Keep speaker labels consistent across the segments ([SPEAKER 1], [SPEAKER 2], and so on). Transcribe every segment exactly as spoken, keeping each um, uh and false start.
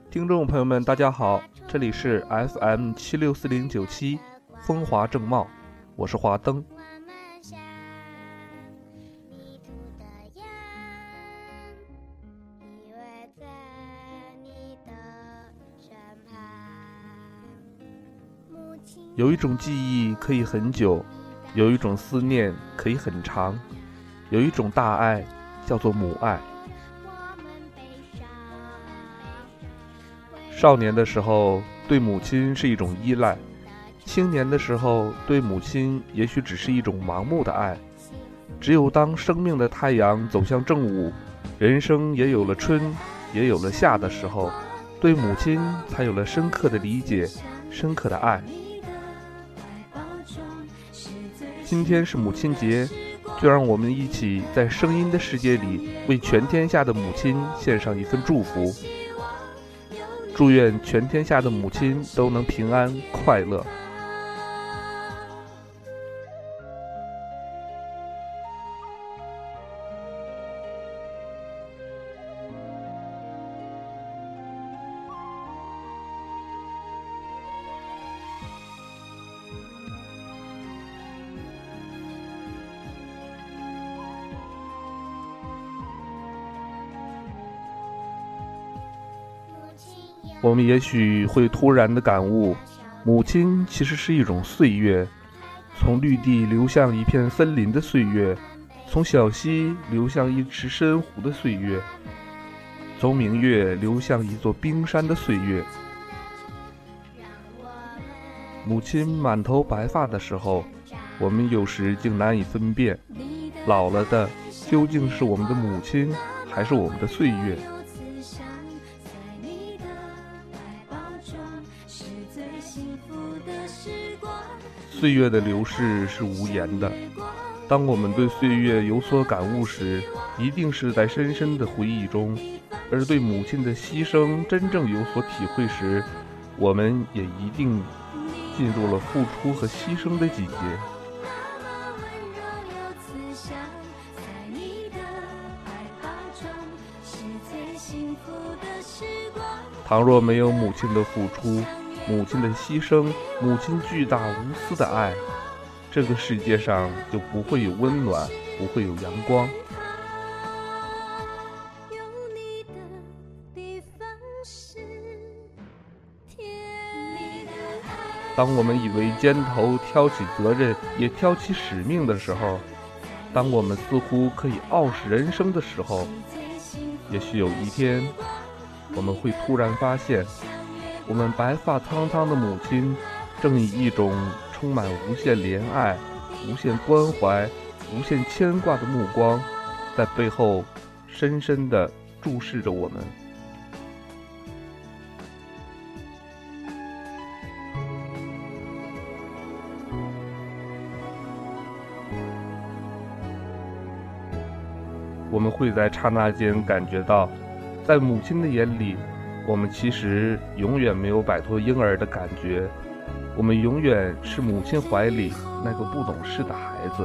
[SPEAKER 1] 听众朋友们大家好，这里是 F M 七六四零九七风华正茂，我是华灯。有一种记忆可以很久，有一种思念可以很长，有一种大爱叫做母爱。少年的时候对母亲是一种依赖，青年的时候对母亲也许只是一种盲目的爱。只有当生命的太阳走向正午，人生也有了春也有了夏的时候，对母亲才有了深刻的理解，深刻的爱。今天是母亲节，就让我们一起在声音的世界里为全天下的母亲献上一份祝福。祝愿全天下的母亲都能平安快乐。我们也许会突然的感悟，母亲其实是一种岁月，从绿地流向一片森林的岁月，从小溪流向一池深湖的岁月，从明月流向一座冰山的岁月。母亲满头白发的时候，我们有时竟难以分辨，老了的究竟是我们的母亲，还是我们的岁月？岁月的流逝是无言的，当我们对岁月有所感悟时，一定是在深深的回忆中，而对母亲的牺牲真正有所体会时，我们也一定进入了付出和牺牲的季节。倘若没有母亲的付出，母亲的牺牲，母亲巨大无私的爱，这个世界上就不会有温暖，不会有阳光。当我们以为肩头挑起责任，也挑起使命的时候，当我们似乎可以傲视人生的时候，也许有一天我们会突然发现，我们白发苍苍的母亲正以一种充满无限怜爱、无限关怀、无限牵挂的目光，在背后深深地注视着我们。我们会在刹那间感觉到，在母亲的眼里，我们其实永远没有摆脱婴儿的感觉，我们永远是母亲怀里那个不懂事的孩子。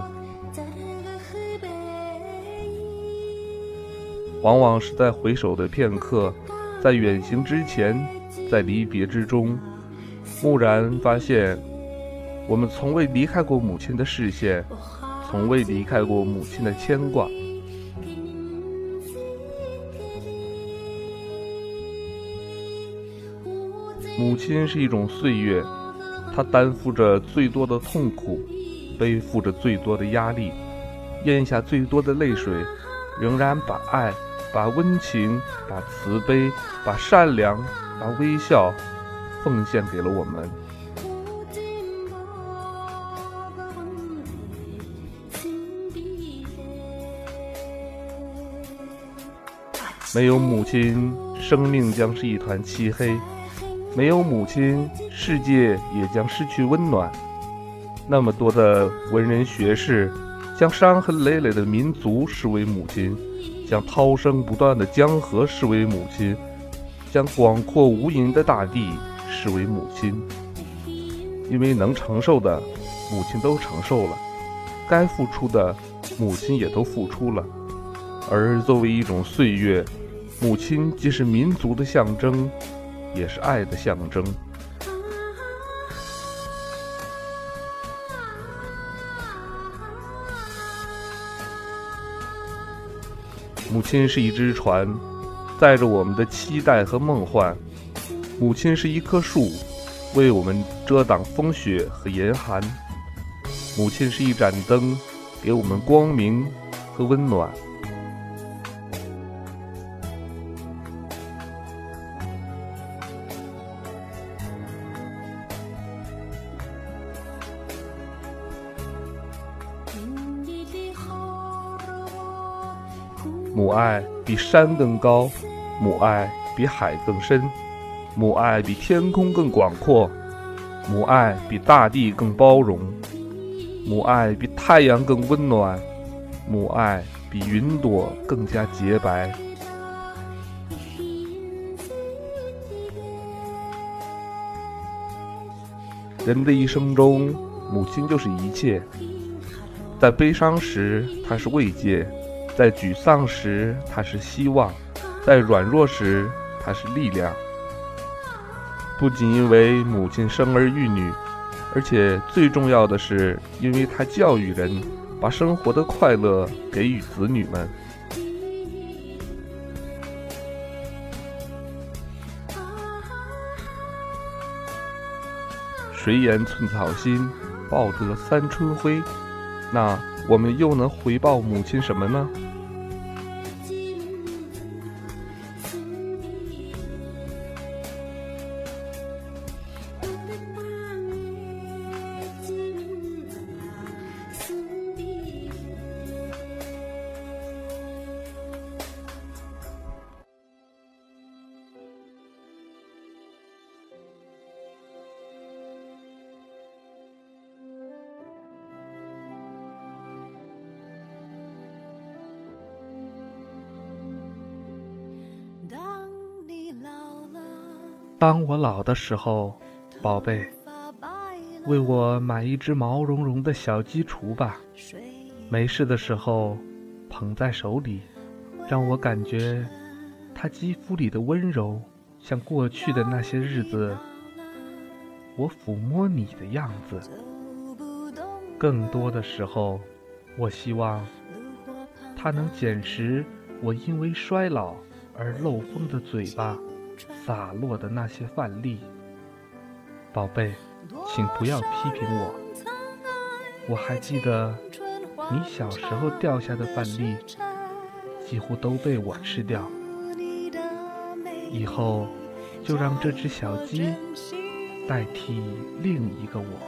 [SPEAKER 1] 往往是在回首的片刻，在远行之前，在离别之中，蓦然发现，我们从未离开过母亲的视线，从未离开过母亲的牵挂。母亲是一种岁月，她担负着最多的痛苦，背负着最多的压力，咽下最多的泪水，仍然把爱、把温情、把慈悲、把善良、把微笑奉献给了我们。没有母亲，生命将是一团漆黑，没有母亲，世界也将失去温暖。那么多的文人学士，将伤痕累累的民族视为母亲，将涛声不断的江河视为母亲，将广阔无垠的大地视为母亲。因为能承受的，母亲都承受了；该付出的，母亲也都付出了。而作为一种岁月，母亲既是民族的象征， 也是爱的象征。母亲是一只船，载着我们的期待和梦幻；母亲是一棵树，为我们遮挡风雪和严寒；母亲是一盏灯，给我们光明和温暖。母爱比山更高，母爱比海更深，母爱比天空更广阔，母爱比大地更包容，母爱比太阳更温暖，母爱比云朵更加洁白。人的一生中，母亲就是一切。在悲伤时，她是慰藉；在沮丧时，她是希望；在软弱时，她是力量。不仅因为母亲生儿育女，而且最重要的是，因为她教育人，把生活的快乐给予子女们。谁言寸草心，报得三春晖？那我们又能回报母亲什么呢？当我老的时候，宝贝，为我买一只毛茸茸的小鸡雏吧。没事的时候，捧在手里，让我感觉它肌肤里的温柔，像过去的那些日子，我抚摸你的样子。更多的时候，我希望它能捡拾我因为衰老而漏风的嘴巴洒落的那些饭粒。宝贝，请不要批评我。我还记得你小时候掉下的饭粒几乎都被我吃掉。以后就让这只小鸡代替另一个我。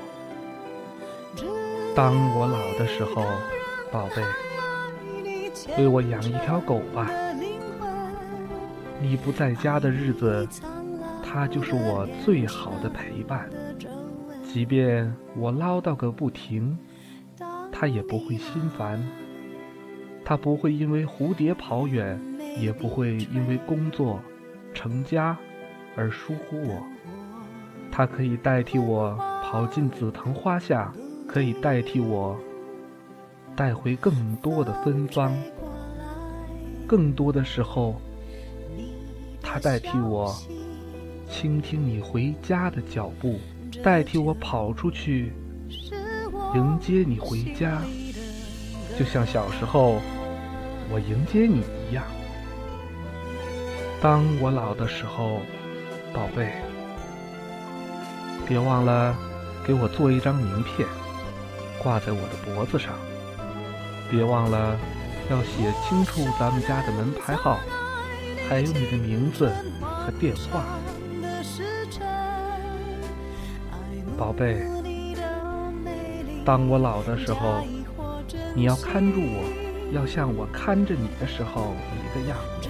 [SPEAKER 1] 当我老的时候，宝贝，为我养一条狗吧。你不在家的日子，它就是我最好的陪伴。即便我唠叨个不停，它也不会心烦。它不会因为蝴蝶跑远，也不会因为工作、成家而疏忽我。它可以代替我跑进紫藤花下，可以代替我带回更多的芬芳。更多的时候，它代替我倾听你回家的脚步，代替我跑出去迎接你回家，就像小时候我迎接你一样。当我老的时候，宝贝，别忘了给我做一张名片，挂在我的脖子上。别忘了要写清楚咱们家的门牌号，还有你的名字和电话。宝贝，当我老的时候，你要看住我，要像我看着你的时候一个样子。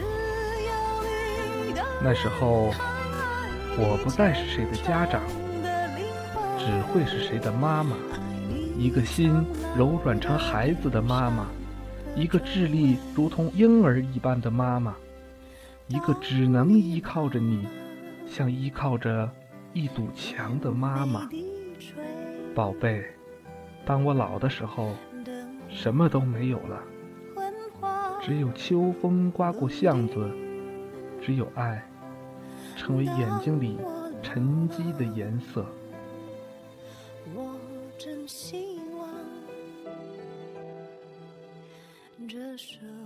[SPEAKER 1] 那时候我不再是谁的家长，只会是谁的妈妈，一个心柔软成孩子的妈妈，一个智力如同婴儿一般的妈妈，一个只能依靠着你，像依靠着一堵墙的妈妈。宝贝，当我老的时候，什么都没有了，只有秋风刮过巷子，只有爱
[SPEAKER 2] 成为眼睛里沉积的颜色。
[SPEAKER 3] 我真希望这首